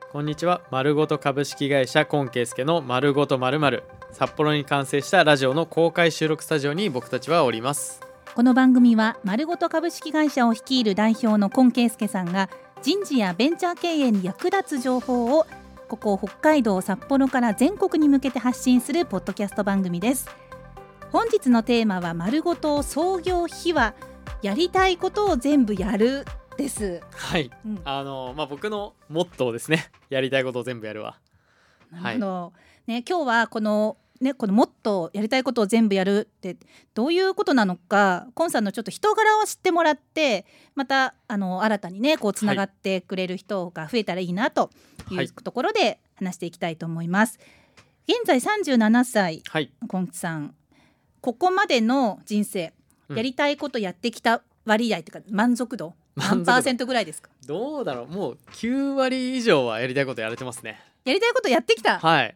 こんにちは。丸ごと株式会社コンケイスケの丸ごと〇〇、札幌に完成したラジオの公開収録スタジオに僕たちはおります。 この番組は丸ごと株式会社を率いる代表のコンケイスケさんが人事やベンチャー経営に役立つ情報をここ北海道札幌から全国に向けて発信するポッドキャスト番組です。本日のテーマは丸ごと創業秘話、やりたいことを全部やるです。 はい、僕のモットーですね。やりたいことを全部やるわ。 なるほど、ね、今日はこのモットー、やりたいことを全部やるってどういうことなのか、コンさんのちょっと人柄を知ってもらって、また新たにねこうつながってくれる人が増えたらいいなというところで話していきたいと思います。現在37歳、コンさん、ここまでの人生、やりたいことやってきた割合というか満足度何パーセントぐらいですか？ どうだろう、もう9割以上はやりたいことやれてますね。 やりたいことやってきた。 はい。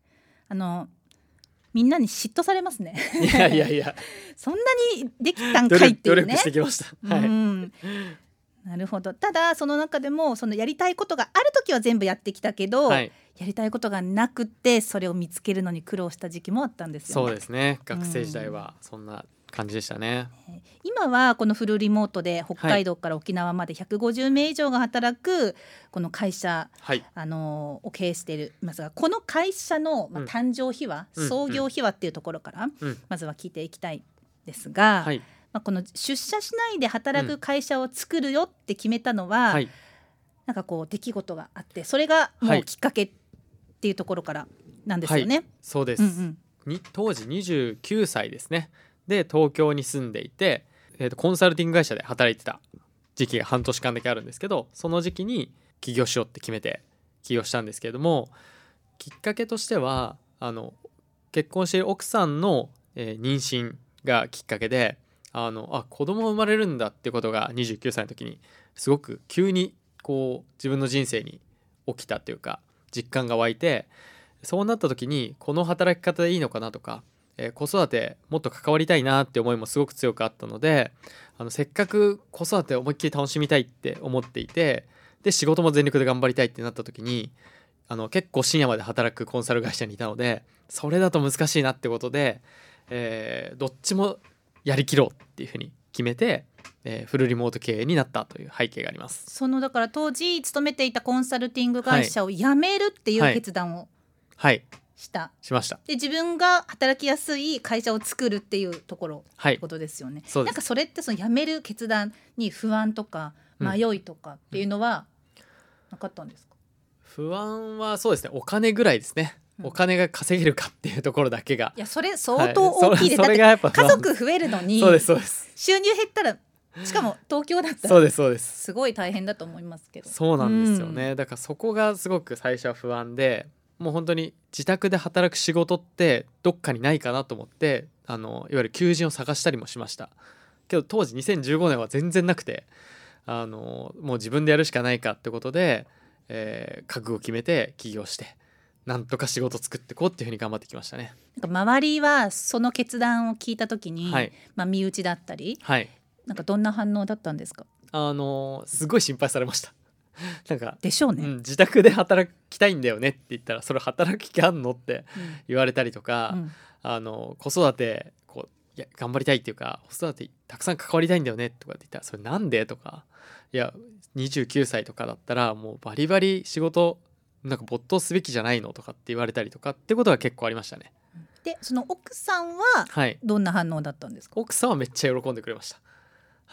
みんなに嫉妬されますね。 いやそんなにできたんかいっていうね。 努力してきました。 なるほど。ただその中でもそのやりたいことがあるときは全部やってきたけど、やりたいことがなくってそれを見つけるのに苦労した時期もあったんですよね。 そうですね。学生時代はそんな感じでしたね。 今はこのフルリモートで北海道から沖縄まで150名以上が働くこの会社、を経営していますが、この会社の誕生秘話、創業秘話っていうところからまずは聞いていきたいですが、この出社しないで働く会社を作るよって決めたのは、なんかこう出来事があって、それがもうきっかけっていうところからなんですよね。 そうです、当時29歳ですね。で東京に住んでいて、コンサルティング会社で働いてた時期が半年間だけあるんですけど、その時期に起業しようって決めて起業したんですけれども、きっかけとしては結婚している奥さんの、妊娠がきっかけで、子供生まれるんだってことが29歳の時にすごく急にこう自分の人生に起きたというか実感が湧いて、そうなった時にこの働き方でいいのかなとか、子育てもっと関わりたいなって思いもすごく強くあったので、せっかく子育てを思いっきり楽しみたいって思っていて、で仕事も全力で頑張りたいってなった時に結構深夜まで働くコンサル会社にいたので、それだと難しいなってことで、どっちもやりきろうっていうふうに決めて、フルリモート経営になったという背景があります。 だから当時勤めていたコンサルティング会社を辞めるっていう決断をしました。 で自分が働きやすい会社を作るっていうところってことですよね。なんかそれってその辞める決断に不安とか迷いとかっていうのはなかったんですか？ 不安はそうですね、お金ぐらいですね。お金が稼げるかっていうところだけが、 いやそれ相当大きいで、だって家族増えるのに収入減ったら、しかも東京だったらすごい大変だと思いますけど。 そうなんですよね。だからそこがすごく最初は不安で、もう本当に自宅で働く仕事ってどっかにないかなと思って、いわゆる求人を探したりもしましたけど、当時2015年は全然なくて、もう自分でやるしかないかってことで、覚悟を決めて起業してなんとか仕事作っていこうっていうふうに頑張ってきましたね。 なんか周りはその決断を聞いた時に、身内だったり、なんかどんな反応だったんですか？ すごい心配されました。なんかでしょうね、 自宅で働きたいんだよねって言ったら、それ働く気あんのって言われたりとか、子育て頑張りたいっていうか、子育てたくさん関わりたいんだよねとかって言ったら、それなんでとか、いや29歳とかだったらもうバリバリ仕事なんか没頭すべきじゃないのとかって言われたりとかってことが結構ありましたね。 でその奥さんはどんな反応だったんですか？ 奥さんはめっちゃ喜んでくれました。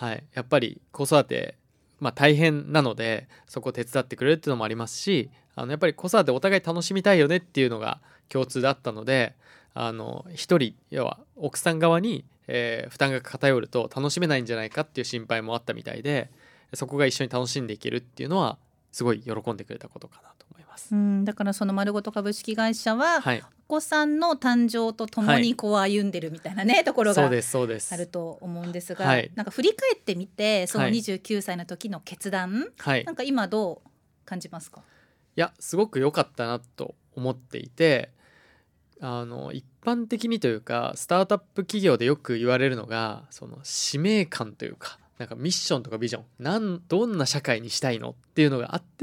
やっぱり子育て大変なのでそこを手伝ってくれるっていうのもありますし、やっぱり子育てお互い楽しみたいよねっていうのが共通だったので、一人要は奥さん側に、負担が偏ると楽しめないんじゃないかっていう心配もあったみたいで、そこが一緒に楽しんでいけるっていうのはすごい喜んでくれたことかなと思います。 だからその丸ごと株式会社は、お子さんの誕生とともにこう歩んでるみたいなね、ところがあると思うんですが、なんか振り返ってみてその29歳の時の決断、なんか今どう感じますか？ いやすごく良かったなと思っていて、一般的にというかスタートアップ企業でよく言われるのが、その使命感というか、なんかミッションとかビジョン、どんな社会にしたいのっていうのがあって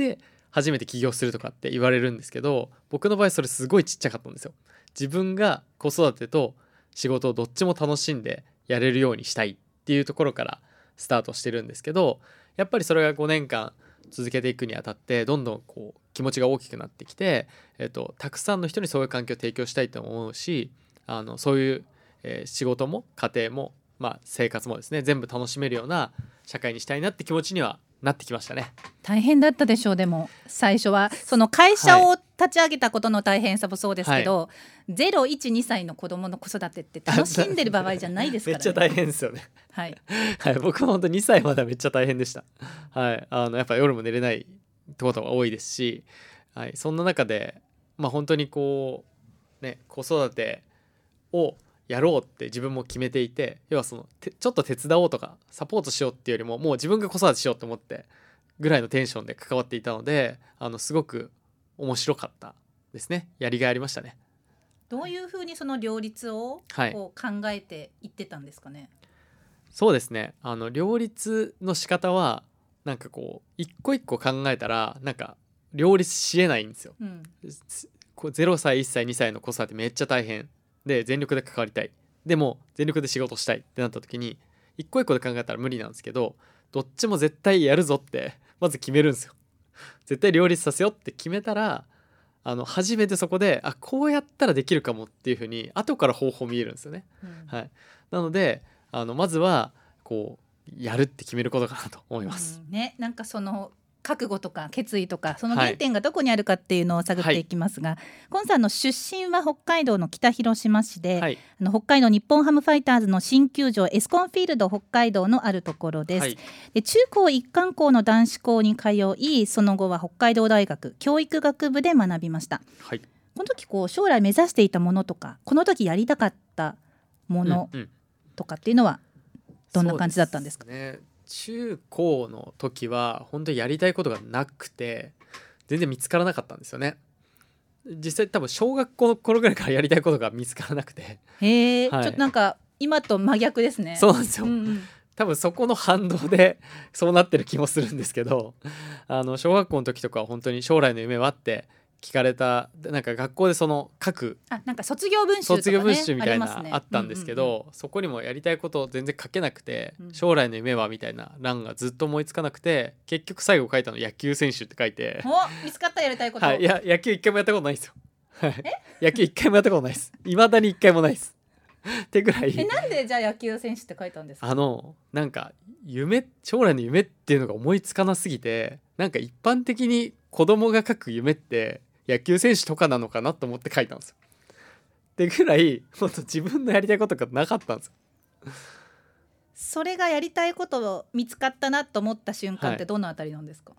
初めて起業するとかって言われるんですけど、僕の場合それすごいちっちゃかったんですよ。自分が子育てと仕事をどっちも楽しんでやれるようにしたいっていうところからスタートしてるんですけど、やっぱりそれが5年間続けていくにあたってどんどんこう気持ちが大きくなってきて、たくさんの人にそういう環境を提供したいと思うし、そういう、仕事も家庭も、生活もですね、全部楽しめるような社会にしたいなって気持ちにはなってきましたね。 大変だったでしょう。でも最初はその会社を立ち上げたことの大変さもそうですけど、012歳の子供の子育てって楽しんでる場合じゃないですからね。 めっちゃ大変ですよね。 はいはい、僕も本当2歳まではめっちゃ大変でした。はい、やっぱ夜も寝れないことが多いですし、はい、そんな中で、本当にこうね、子育てをやろうって自分も決めていて、要はそのちょっと手伝おうとかサポートしようっていうよりも、もう自分が子育てしようと思ってぐらいのテンションで関わっていたので、すごく面白かったですね。やりがいありましたね。 どういうふうにその両立をはいこう考えていってたんですかね。 そうですね、両立の仕方はなんかこう一個一個考えたらなんか両立しえないんですよ。こう0歳1歳2歳の子育てめっちゃ大変で、全力で関わりたい、でも全力で仕事したいってなった時に一個一個で考えたら無理なんですけど、どっちも絶対やるぞってまず決めるんですよ。絶対両立させようって決めたら、初めてそこでこうやったらできるかもっていう風に後から方法見えるんですよね。はい、なのでまずはこうやるって決めることかなと思います。 なんかその覚悟とか決意とかその原点がどこにあるかっていうのを探っていきますが、コンさんの出身は北海道の北広島市で、北海道日本ハムファイターズの新球場エスコンフィールド北海道のあるところです。で中高一貫校の男子校に通い、その後は北海道大学教育学部で学びました。この時こう将来目指していたものとか、この時やりたかったものとかっていうのはどんな感じだったんですか。 中高の時は本当にやりたいことがなくて全然見つからなかったんですよね。実際多分小学校の頃ぐらいからやりたいことが見つからなくて、 ちょっとなんか今と真逆ですね。 そうなんですよ、多分そこの反動でそうなってる気もするんですけど、小学校の時とかは本当に将来の夢はって聞かれた、なんか学校でその書くなんか卒業文集とか、ね、 卒業文集みたいなあったんですけど、そこにもやりたいことを全然書けなくて、将来の夢はみたいな欄がずっと思いつかなくて、結局最後書いたの野球選手って書いて、 見つかった。やりたいこと、 いや野球一回もやったことないですよ。野球一回もやったことないです。未だに一回もないですってぐらい。 なんでじゃあ野球選手って書いたんですか。 なんか将来の夢っていうのが思いつかなすぎて、なんか一般的に子供が書く夢って野球選手とかなのかなと思って書いたんですよ。ってぐらい本当自分のやりたいことがなかったんですよ。 それがやりたいことを見つかったなと思った瞬間ってどのあたりなんですか。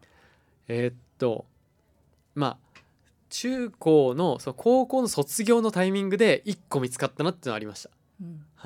中高のその高校の卒業のタイミングで1個見つかったなっていうのはありました。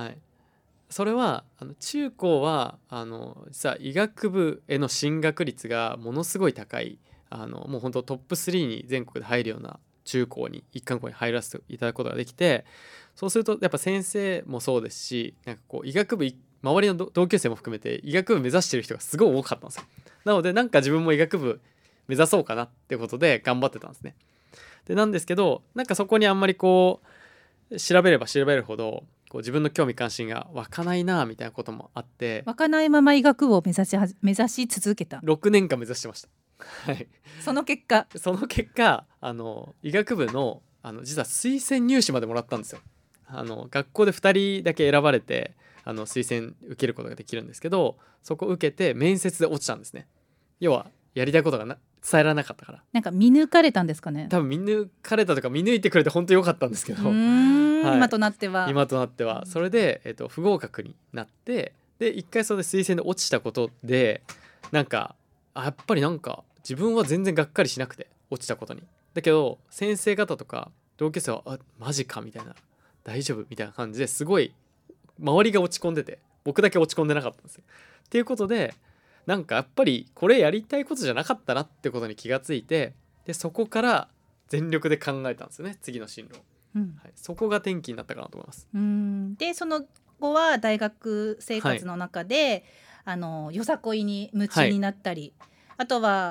それは中高は実は医学部への進学率がものすごい高い、もう本当トップ3に全国で入るような中高に一貫校に入らせていただくことができて、そうするとやっぱ先生もそうですし、なんかこう医学部周りの同級生も含めて医学部目指してる人がすごい多かったんですよ。なのでなんか自分も医学部目指そうかなってことで頑張ってたんですね。でなんですけど、なんかそこにあんまりこう調べれば調べるほどこう自分の興味関心が湧かないなみたいなこともあって、 湧かないまま医学部を目指し続けた。 6年間目指してました。 その結果医学部の実は推薦入試までもらったんですよ。学校で2人だけ選ばれて推薦受けることができるんですけど、そこ受けて面接で落ちたんですね。要はやりたいことが伝えられなかったから。 なんか見抜かれたんですかね。 多分見抜かれたとか見抜いてくれて本当に良かったんですけど、 今となってはそれで、不合格になって、で一回それで推薦で落ちたことで、なんかやっぱりなんか自分は全然がっかりしなくて、落ちたことに。だけど先生方とか同級生はマジかみたいな、大丈夫みたいな感じですごい周りが落ち込んでて、僕だけ落ち込んでなかったんですよ。っていうことでなんかやっぱりこれやりたいことじゃなかったなってことに気がついて、でそこから全力で考えたんですよね、次の進路を。そこが転機になったかなと思います。 でその後は大学生活の中で、よさこいに夢中になったり、あとは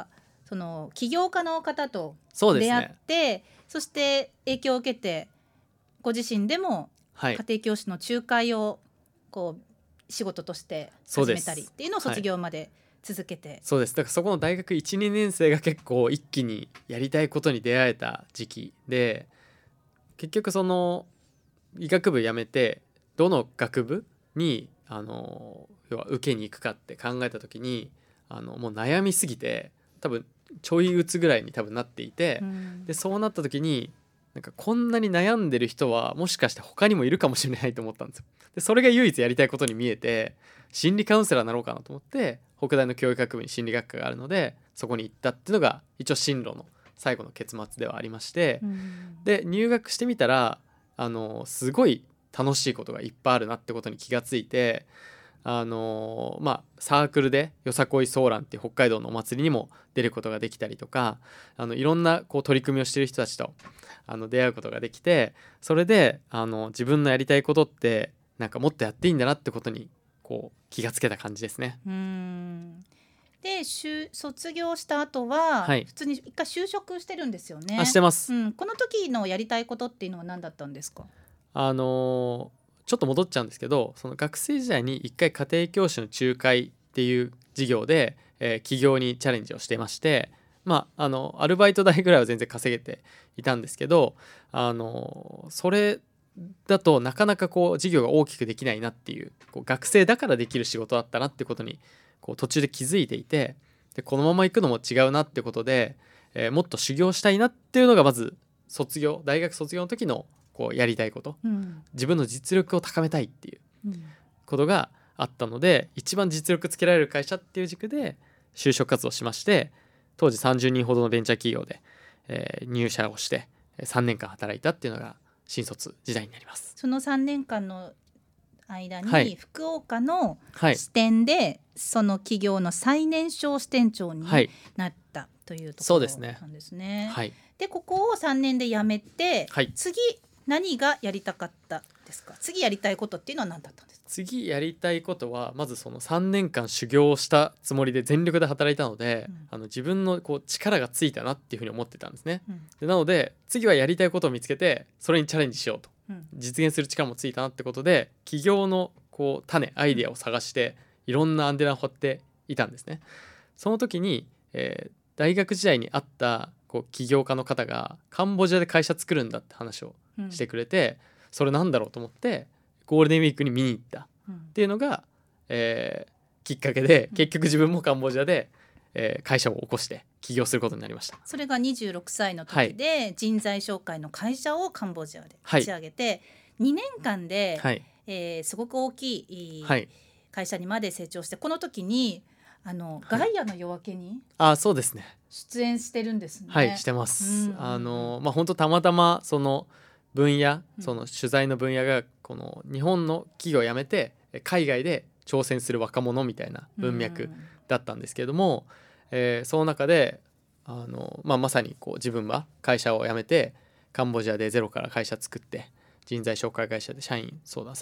その起業家の方とそうです出会っね。 て、そして影響を受けてご自身でもはい家庭教師の仲介をこう仕事としてそうです始めたりっていうのを卒業まで続けて、 そうです。だからそこの大学 1,2 年生が結構一気にやりたいことに出会えた時期で、結局その医学部辞めてどの学部に要は受けに行くかって考えた時にもう悩みすぎて多分ちょい打つぐらいに多分なっていて、でそうなった時になんかこんなに悩んでる人はもしかして他にもいるかもしれないと思ったんですよ。でそれが唯一やりたいことに見えて、心理カウンセラーになろうかなと思って北大の教育学部に心理学科があるのでそこに行ったっていうのが一応進路の最後の結末ではありまして、で入学してみたらすごい楽しいことがいっぱいあるなってことに気がついて、サークルでよさこいソーランっていう北海道のお祭りにも出ることができたりとか、いろんなこう取り組みをしている人たちと出会うことができて、それで自分のやりたいことってなんかもっとやっていいんだなってことにこう気がつけた感じですね。 で卒業した後は、 はい普通に一回就職してるんですよね。 してます。 この時のやりたいことっていうのは何だったんですか？ ちょっと戻っちゃうんですけど、その学生時代に一回家庭教師の仲介っていう事業で、起業にチャレンジをしてまして、アルバイト代ぐらいは全然稼げていたんですけど、それだとなかなかこう事業が大きくできないなっていう、こう学生だからできる仕事だったなってことにこう途中で気づいていて、でこのまま行くのも違うなってことで、もっと修行したいなっていうのがまず大学卒業の時のこうやりたいこと、自分の実力を高めたいっていうことがあったので、一番実力つけられる会社っていう軸で就職活動しまして、当時30人ほどのベンチャー企業で、入社をして3年間働いたっていうのが新卒時代になります。 その3年間の間に、 はい、 福岡の支店でその企業の最年少支店長になったというところなんですね。でここを3年で辞めて、次何がやりたかったですか？次やりたいことっていうのは何だったんですか？ 次やりたいことはまずその3年間修行したつもりで全力で働いたので、自分のこう力がついたなっていうふうに思ってたんですね。でなので次はやりたいことを見つけてそれにチャレンジしようと、実現する力もついたなってことで起業のこうアイデアを探していろんなアンテナを張っていたんですね。その時に、大学時代に会ったこう起業家の方がカンボジアで会社作るんだって話をしてくれて、それなんだろうと思ってゴールデンウィークに見に行ったっていうのが、きっかけで結局自分もカンボジアで、会社を起こして起業することになりました。 それが26歳の時で、人材紹介の会社をカンボジアで立ち上げて、2年間で、すごく大きい、会社にまで成長して、この時にガイアの夜明けにそうですね、 出演してるんですね。 してます。本当たまたまその分野、その取材の分野がこの日本の企業を辞めて海外で挑戦する若者みたいな文脈だったんですけれども、その中でまさにこう自分は会社を辞めてカンボジアでゼロから会社作って人材紹介会社で社員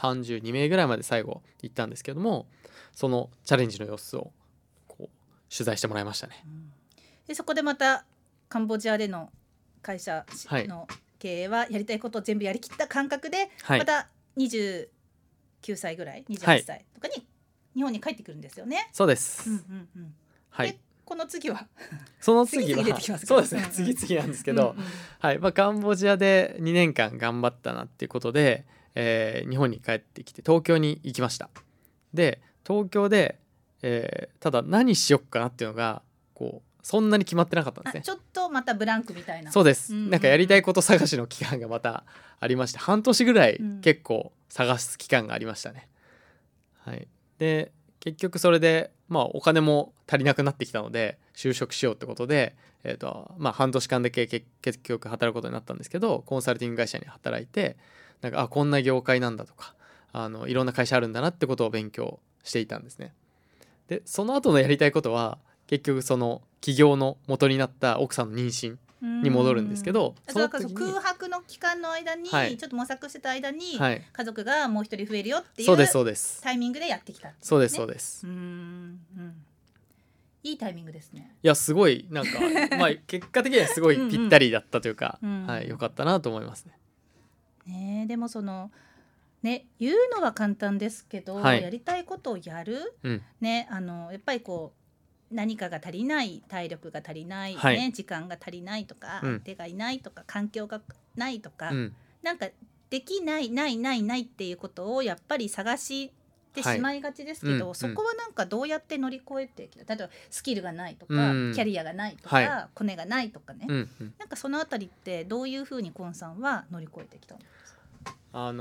32名ぐらいまで最後行ったんですけども、そのチャレンジの様子をこう取材してもらいましたね。 でそこでまたカンボジアでの会社の経営はやりたいことを全部やりきった感覚で、また29歳ぐらい28歳とかに日本に帰ってくるんですよね。 そうです。 でこの次はその次は次々出てきますか？ そうですね、次々なんですけど、カンボジアで2年間頑張ったなっていうことで、日本に帰ってきて東京に行きました。で東京で、ただ何しよっかなっていうのがこうそんなに決まってなかったんですね。 ちょっとまたブランクみたいな。 そうです、なんかやりたいこと探しの期間がまたありまして、半年ぐらい結構探す期間がありましたね。で結局それでお金も足りなくなってきたので就職しようってことで、半年間だけ結局働くことになったんですけど、コンサルティング会社に働いて、なんかこんな業界なんだとかいろんな会社あるんだなってことを勉強していたんですね。でその後のやりたいことは結局その起業の元になった奥さんの妊娠に戻るんですけど、 その時に空白の期間の間に、ちょっと模索してた間に、家族がもう一人増えるよっていうタイミングでやってきた、 そうです。 いいタイミングですね。 いやすごいなんかまあ結果的にはすごいぴったりだったというかはい、良かったなと思いますね。 ね、でもそのね、言うのは簡単ですけど、 はいやりたいことをやる、 うんね、やっぱりこう何かが足りない、体力が足りない、 はいね、時間が足りないとか、 うん相手がいないとか、環境がないとか、 うんなんかできないないっていうことをやっぱり探してしまいがちですけど、 はいそこはなんかどうやって乗り越えてきた、例えばスキルがないとか、 うんキャリアがないとか、 はいコネがないとかね、 うんうん、 なんかそのあたりってどういうふうにコンさんは乗り越えてきたんですか？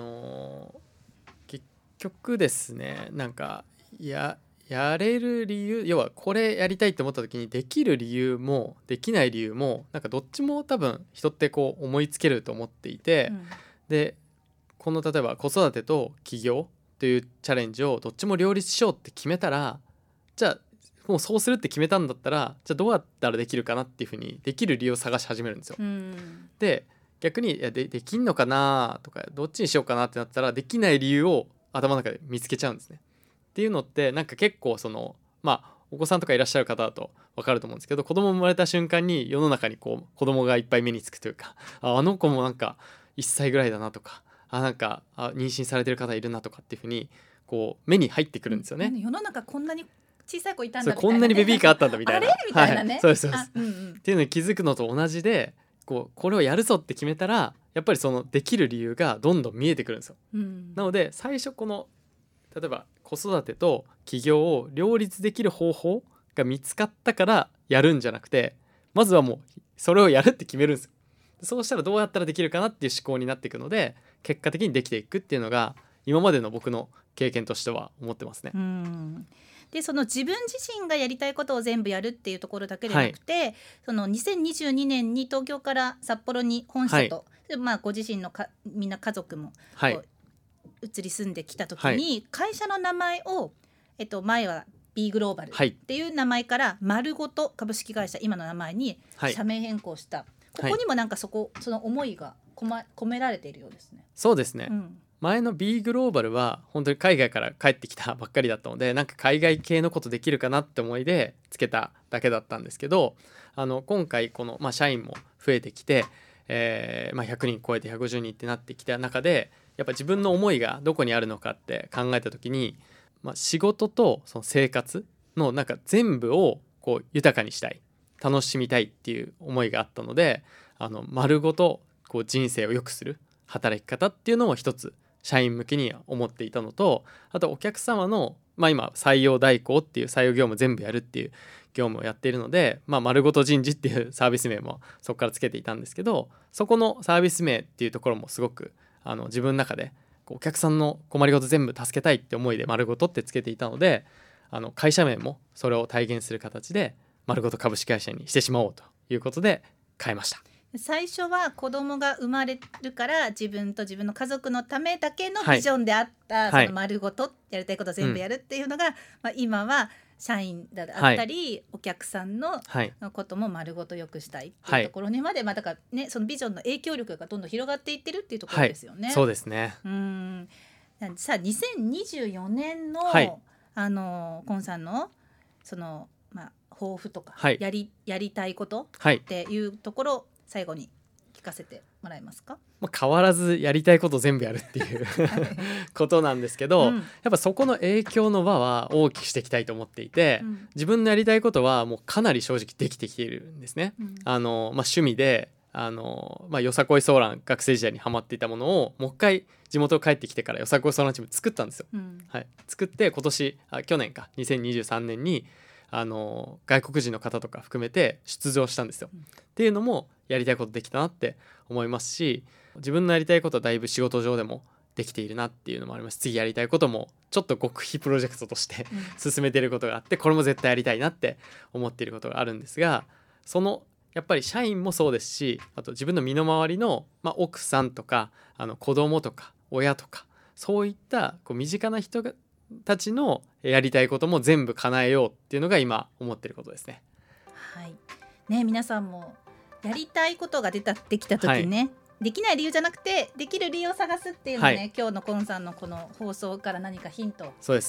結局ですねなんかやれる理由、要はこれやりたいと思った時にできる理由もできない理由もなんかどっちも多分人ってこう思いつけると思っていて、でこの例えば子育てと起業というチャレンジをどっちも両立しようって決めたら、じゃあもうそうするって決めたんだったら、じゃあどうやったらできるかなっていうふうにできる理由を探し始めるんですよ。で逆にできんのかなとかどっちにしようかなってなったらできない理由を頭の中で見つけちゃうんですね。っていうのってなんか結構そのまあお子さんとかいらっしゃる方だと分かると思うんですけど、子供生まれた瞬間に世の中にこう子供がいっぱい目につくというか、あの子もなんか1歳ぐらいだなとか、なんか妊娠されてる方いるなとかっていうふうにこう目に入ってくるんですよね。 世の中こんなに小さい子いたんだみたいな、 こんなにベビーカーあったんだみたいなあれみたいなね、 はい、そうですそうです、 うんうん、 っていうのに気づくのと同じで、これをやるぞって決めたらやっぱりそのできる理由がどんどん見えてくるんですよ、なので最初この例えば子育てと起業を両立できる方法が見つかったからやるんじゃなくて、まずはもうそれをやるって決めるんですよ。そうしたらどうやったらできるかなっていう思考になっていくので、結果的にできていくっていうのが今までの僕の経験としては思ってますね。 でその自分自身がやりたいことを全部やるっていうところだけでなくて、その2022年に東京から札幌に本社と、ご自身のみんな家族も移り住んできた時に、会社の名前を、前は B グローバルっていう名前から丸ごと株式会社今の名前に社名変更した、ここにもなんかその思いが込められているようですね。 そうですね、前の B グローバルは本当に海外から帰ってきたばっかりだったので、なんか海外系のことできるかなって思いでつけただけだったんですけど、今回この、社員も増えてきて、100人超えて150人ってなってきた中で、やっぱ自分の思いがどこにあるのかって考えた時に、仕事とその生活のなんか全部をこう豊かにしたい、楽しみたいっていう思いがあったので、丸ごとこう人生を良くする働き方っていうのを一つ社員向けに思っていたのと、あとお客様の、今採用代行っていう採用業務全部やるっていう業務をやっているので、丸ごと人事っていうサービス名もそこからつけていたんですけど、そこのサービス名っていうところもすごく自分の中でお客さんの困りごと全部助けたいって思いで丸ごとってつけていたので、会社名もそれを体現する形で丸ごと株式会社にしてしまおうということで変えました。 最初は子供が生まれるから自分と自分の家族のためだけのビジョンであった、その丸ごとやりたいことを全部やるっていうのが、今は社員だったり、お客さんのことも丸ごと良くしたいっていうところにまで、だからね、そのビジョンの影響力がどんどん広がっていってるっていうところですよね。 そうですね。 さあ2024年の、コンさんのその抱負とか、やりたいことっていうところ、最後に聞かせてもらえますか？ 変わらずやりたいこと全部やるっていうことなんですけど、やっぱそこの影響の輪は大きくしていきたいと思っていて、自分のやりたいことはもうかなり正直できてきているんですね。趣味でよさこいソーラン、学生時代にハマっていたものをもう一回地元帰ってきてからよさこいソーランチーム作ったんですよ。作って去年か2023年に外国人の方とか含めて出場したんですよ。っていうのもやりたいことできたなって思いますし、自分のやりたいことはだいぶ仕事上でもできているなっていうのもあります。次やりたいこともちょっと極秘プロジェクトとして進めていることがあって、これも絶対やりたいなって思っていることがあるんですが、そのやっぱり社員もそうですし、あと自分の身の回りの、奥さんとか子供とか親とか、そういった身近な人たちのやりたいことも全部叶えようっていうのが今思っていることですね。 皆さんもやりたいことができた時ね、できない理由じゃなくてできる理由を探すっていうのね、今日のコンさんのこの放送から何かヒントを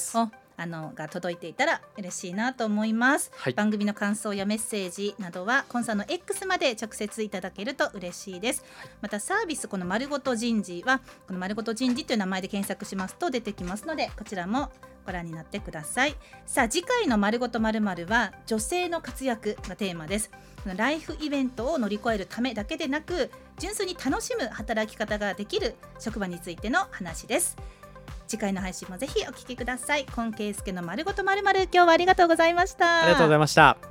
が届いていたら嬉しいなと思います、 はい、 番組の感想やメッセージなどはコンさんの X まで直接いただけると嬉しいです、またサービスこの丸ごと人事はこの丸ごと人事という名前で検索しますと出てきますので、こちらもご覧になってください。さあ次回の丸ごと〇〇は女性の活躍がテーマです。ライフイベントを乗り越えるためだけでなく純粋に楽しむ働き方ができる職場についての話です。次回の配信もぜひお聞きください。今圭介の丸ごと〇〇、今日はありがとうございました。 ありがとうございました。